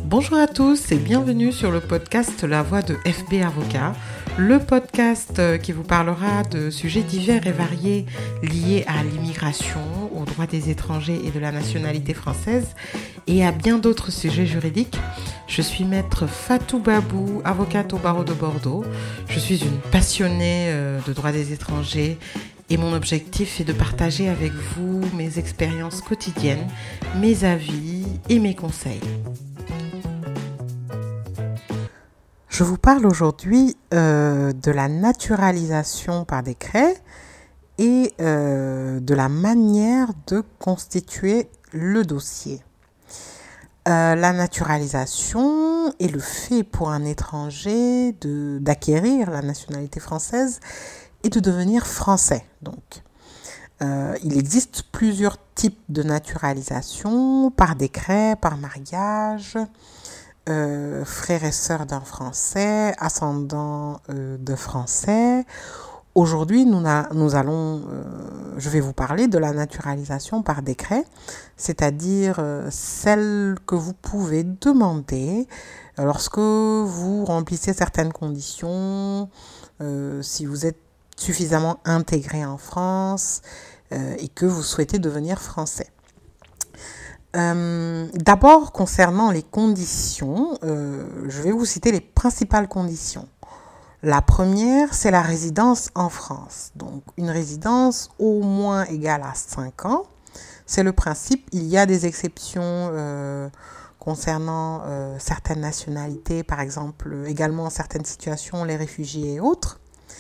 Bonjour à tous et bienvenue sur le podcast La Voix de FB Avocat, le podcast qui vous parlera de sujets divers et variés liés à l'immigration, aux droits des étrangers et de la nationalité française et à bien d'autres sujets juridiques. Je suis maître Fatou Babou, avocate au barreau de Bordeaux. Je suis une passionnée de droits des étrangers et mon objectif est de partager avec vous mes expériences quotidiennes, mes avis et mes conseils. Je vous parle aujourd'hui de la naturalisation par décret et de la manière de constituer le dossier. La naturalisation est le fait pour un étranger d'acquérir la nationalité française et de devenir français. Donc, il existe plusieurs types de naturalisation, par décret, par mariage, frères et sœurs d'un Français, ascendants de Français. Aujourd'hui, je vais vous parler de la naturalisation par décret, c'est-à-dire celle que vous pouvez demander lorsque vous remplissez certaines conditions, si vous êtes suffisamment intégré en France et que vous souhaitez devenir français. D'abord, concernant les conditions, je vais vous citer les principales conditions. La première, c'est la résidence en France. Donc, une résidence au moins égale à 5 ans. C'est le principe. Il y a des exceptions concernant certaines nationalités, par exemple, également certaines situations, les réfugiés et autres.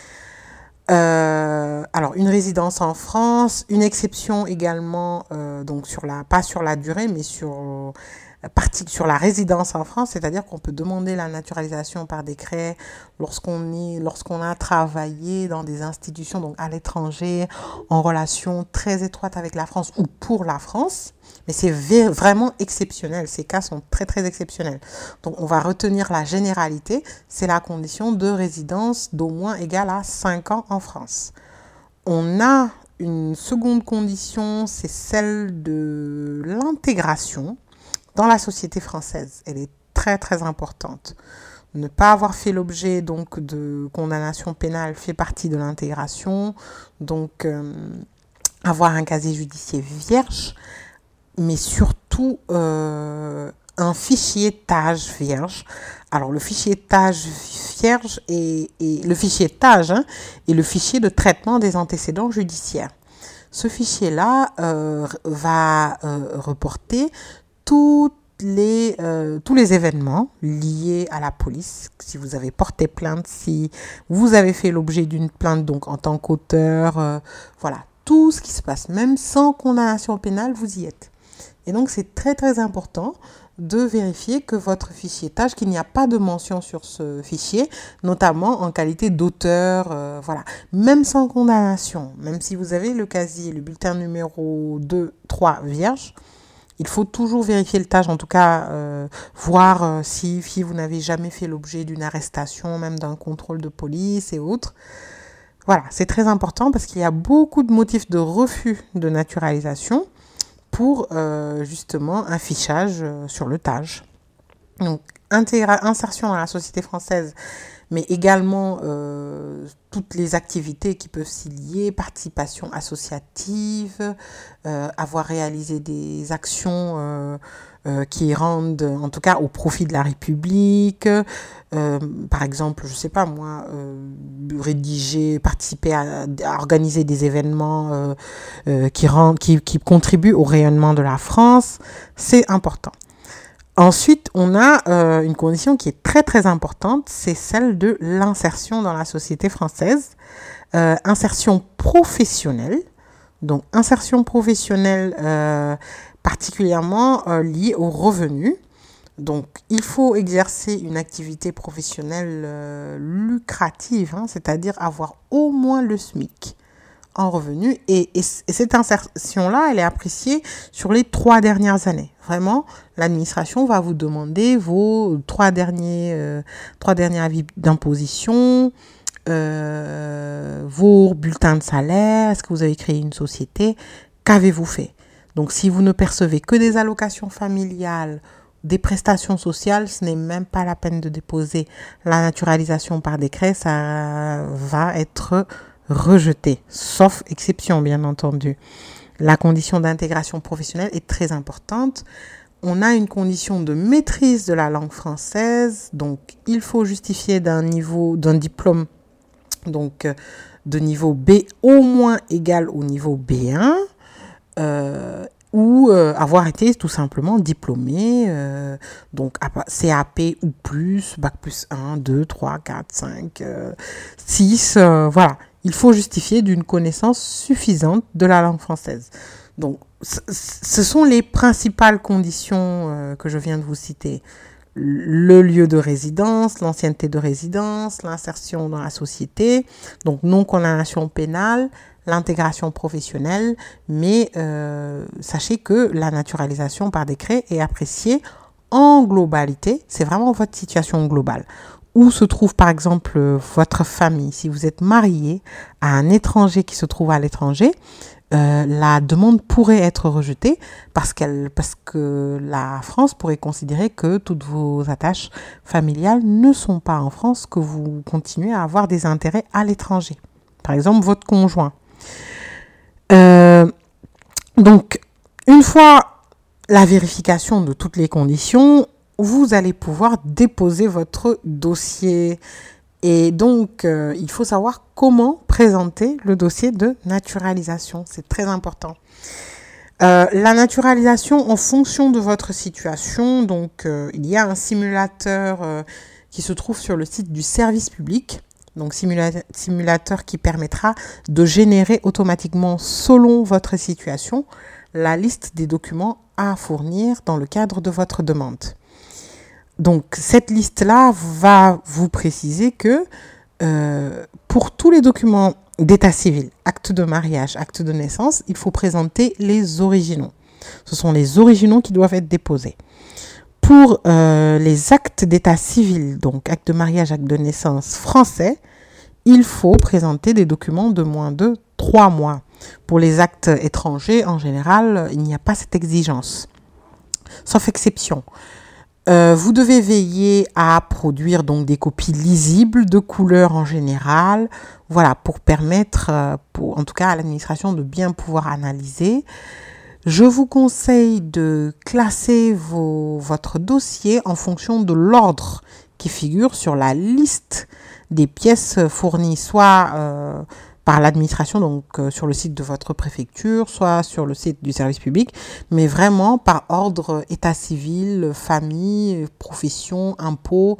Alors, une résidence en France, une exception également, donc pas sur la durée, mais sur la résidence en France, c'est-à-dire qu'on peut demander la naturalisation par décret lorsqu'on a travaillé dans des institutions, donc à l'étranger, en relation très étroite avec la France ou pour la France. Mais c'est vraiment exceptionnel. Ces cas sont très, très exceptionnels. Donc, on va retenir la généralité. C'est la condition de résidence d'au moins égale à 5 ans en France. On a une seconde condition, c'est celle de l'intégration dans la société française. Elle est très, très importante. Ne pas avoir fait l'objet donc de condamnation pénale fait partie de l'intégration. Donc, avoir un casier judiciaire vierge, mais surtout un fichier TAGE vierge. Alors, le fichier TAGE vierge est le fichier TAGE est le fichier de traitement des antécédents judiciaires. Ce fichier-là va reporter tous les événements liés à la police. Si vous avez porté plainte, si vous avez fait l'objet d'une plainte, donc en tant qu'auteur, voilà, tout ce qui se passe, même sans condamnation pénale, vous y êtes. Et donc, c'est très, très important de vérifier que votre fichier TAGE, qu'il n'y a pas de mention sur ce fichier, notamment en qualité d'auteur, voilà. Même sans condamnation, même si vous avez le casier, le bulletin numéro 2, 3 vierge, il faut toujours vérifier le TAGE, en tout cas, voir si vous n'avez jamais fait l'objet d'une arrestation, même d'un contrôle de police et autres. Voilà, c'est très important parce qu'il y a beaucoup de motifs de refus de naturalisation pour justement un fichage sur le TAGE. Donc, insertion dans la société française, mais également toutes les activités qui peuvent s'y lier, participation associative, avoir réalisé des actions qui rendent, en tout cas, au profit de la République. Par exemple, je sais pas moi, participer à organiser des événements qui contribuent au rayonnement de la France. C'est important. Ensuite, on a une condition qui est très très importante, c'est celle de l'insertion dans la société française, insertion professionnelle. Donc, insertion professionnelle particulièrement liée aux revenus. Donc, il faut exercer une activité professionnelle lucrative, c'est-à-dire avoir au moins le SMIC en revenu. Et cette insertion-là, elle est appréciée sur les 3 dernières années. Vraiment, l'administration va vous demander vos 3 derniers avis d'imposition, vos bulletins de salaire, est-ce que vous avez créé une société, qu'avez-vous fait? Donc, si vous ne percevez que des allocations familiales des prestations sociales, ce n'est même pas la peine de déposer la naturalisation par décret, ça va être rejeté, sauf exception bien entendu. La condition d'intégration professionnelle est très importante. On a une condition de maîtrise de la langue française, donc il faut justifier d'un diplôme donc de niveau B au moins égal au niveau B1 ou avoir été tout simplement diplômé, donc CAP ou plus, bac plus 1, 2, 3, 4, 5, 6, voilà. Il faut justifier d'une connaissance suffisante de la langue française. Donc, ce sont les principales conditions que je viens de vous citer. Le lieu de résidence, l'ancienneté de résidence, l'insertion dans la société, donc non-condamnation pénale, l'intégration professionnelle, mais sachez que la naturalisation par décret est appréciée en globalité, c'est vraiment votre situation globale. Où se trouve par exemple votre famille? Si vous êtes marié à un étranger qui se trouve à l'étranger, la demande pourrait être rejetée parce que la France pourrait considérer que toutes vos attaches familiales ne sont pas en France, que vous continuez à avoir des intérêts à l'étranger. Par exemple, votre conjoint. Donc, une fois la vérification de toutes les conditions, vous allez pouvoir déposer votre dossier. Et donc, il faut savoir comment présenter le dossier de naturalisation. C'est très important. La naturalisation en fonction de votre situation. Donc, il y a un simulateur qui se trouve sur le site du service public. Donc, simulateur qui permettra de générer automatiquement, selon votre situation, la liste des documents à fournir dans le cadre de votre demande. Donc, cette liste-là va vous préciser que pour tous les documents d'état civil, acte de mariage, acte de naissance, il faut présenter les originaux. Ce sont les originaux qui doivent être déposés. Pour les actes d'état civil, donc acte de mariage, acte de naissance français, il faut présenter des documents de moins de 3 mois. Pour les actes étrangers, en général, il n'y a pas cette exigence, sauf exception. Vous devez veiller à produire donc des copies lisibles de couleur en général, voilà, pour permettre, en tout cas à l'administration de bien pouvoir analyser. Je vous conseille de classer votre dossier en fonction de l'ordre qui figure sur la liste des pièces fournies, soit par l'administration, donc sur le site de votre préfecture, soit sur le site du service public, mais vraiment par ordre état civil, famille, profession, impôts,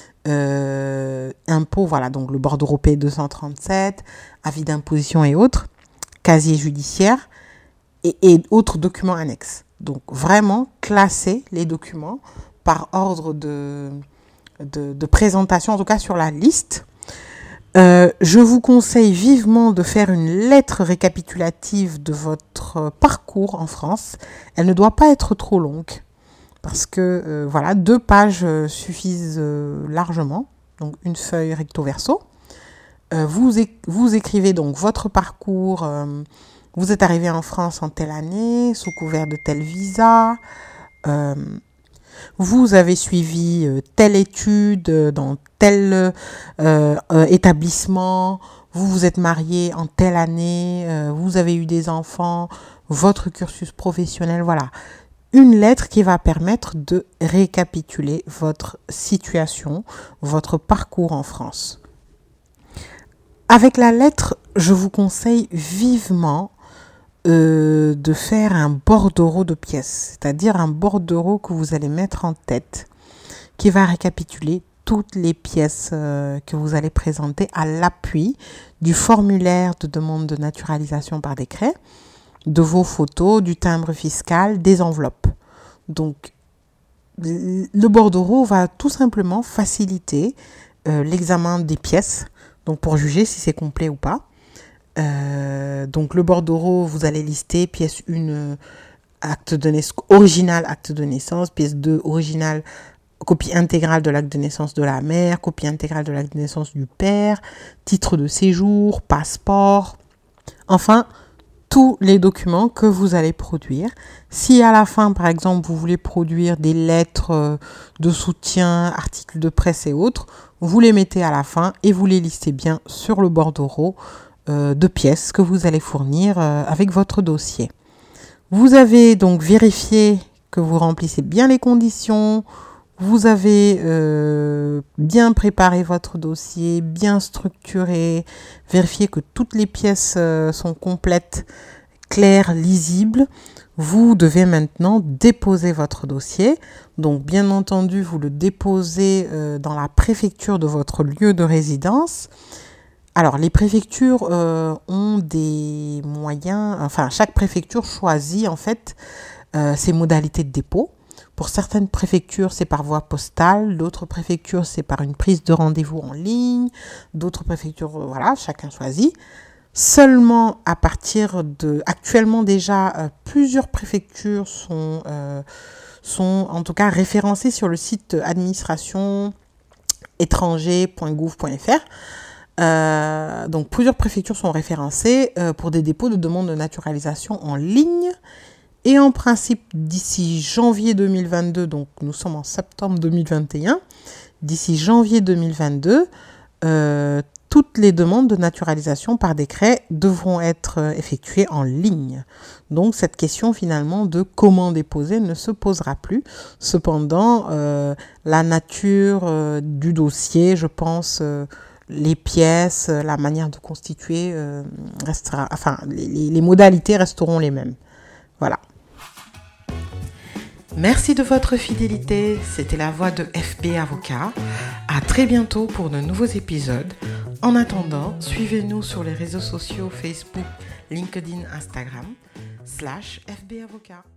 voilà, donc le bordereau P237, avis d'imposition et autres, casier judiciaire et autres documents annexes. Donc vraiment classer les documents par ordre de présentation, en tout cas sur la liste. Je vous conseille vivement de faire une lettre récapitulative de votre parcours en France. Elle ne doit pas être trop longue parce que 2 pages suffisent largement. Donc une feuille recto verso. Vous écrivez donc votre parcours. Vous êtes arrivé en France en telle année, sous couvert de tel visa. Vous avez suivi telle étude dans tel établissement, vous vous êtes marié en telle année, vous avez eu des enfants, votre cursus professionnel, voilà. Une lettre qui va permettre de récapituler votre situation, votre parcours en France. Avec la lettre, je vous conseille vivement de faire un bordereau de pièces, c'est-à-dire un bordereau que vous allez mettre en tête, qui va récapituler toutes les pièces que vous allez présenter à l'appui du formulaire de demande de naturalisation par décret, de vos photos, du timbre fiscal, des enveloppes. Donc, le bordereau va tout simplement faciliter l'examen des pièces, donc pour juger si c'est complet ou pas. Donc le bordereau, vous allez lister pièce 1, acte de naissance, original acte de naissance, pièce 2, original, copie intégrale de l'acte de naissance de la mère, copie intégrale de l'acte de naissance du père, titre de séjour, passeport, enfin tous les documents que vous allez produire. Si à la fin, par exemple, vous voulez produire des lettres de soutien, articles de presse et autres, vous les mettez à la fin et vous les listez bien sur le bordereau de pièces que vous allez fournir avec votre dossier. Vous avez donc vérifié que vous remplissez bien les conditions, vous avez bien préparé votre dossier, bien structuré, vérifié que toutes les pièces sont complètes, claires, lisibles. Vous devez maintenant déposer votre dossier. Donc, bien entendu, vous le déposez dans la préfecture de votre lieu de résidence. Alors, les préfectures ont des moyens, enfin, chaque préfecture choisit en fait ses modalités de dépôt. Pour certaines préfectures, c'est par voie postale, d'autres préfectures, c'est par une prise de rendez-vous en ligne, d'autres préfectures, voilà, chacun choisit. Seulement à partir de... Actuellement déjà, plusieurs préfectures sont en tout cas référencées sur le site administration étranger.gouv.fr. Donc plusieurs préfectures sont référencées pour des dépôts de demandes de naturalisation en ligne. Et en principe, d'ici janvier 2022, donc nous sommes en septembre 2021, d'ici janvier 2022, toutes les demandes de naturalisation par décret devront être effectuées en ligne. Donc cette question finalement de comment déposer ne se posera plus. Cependant, la nature du dossier, je pense, les pièces, la manière de constituer restera, enfin les modalités resteront les mêmes. Voilà. Merci de votre fidélité, c'était la voix de FB Avocat. À très bientôt pour de nouveaux épisodes. En attendant, suivez-nous sur les réseaux sociaux Facebook, LinkedIn, Instagram /FB Avocat.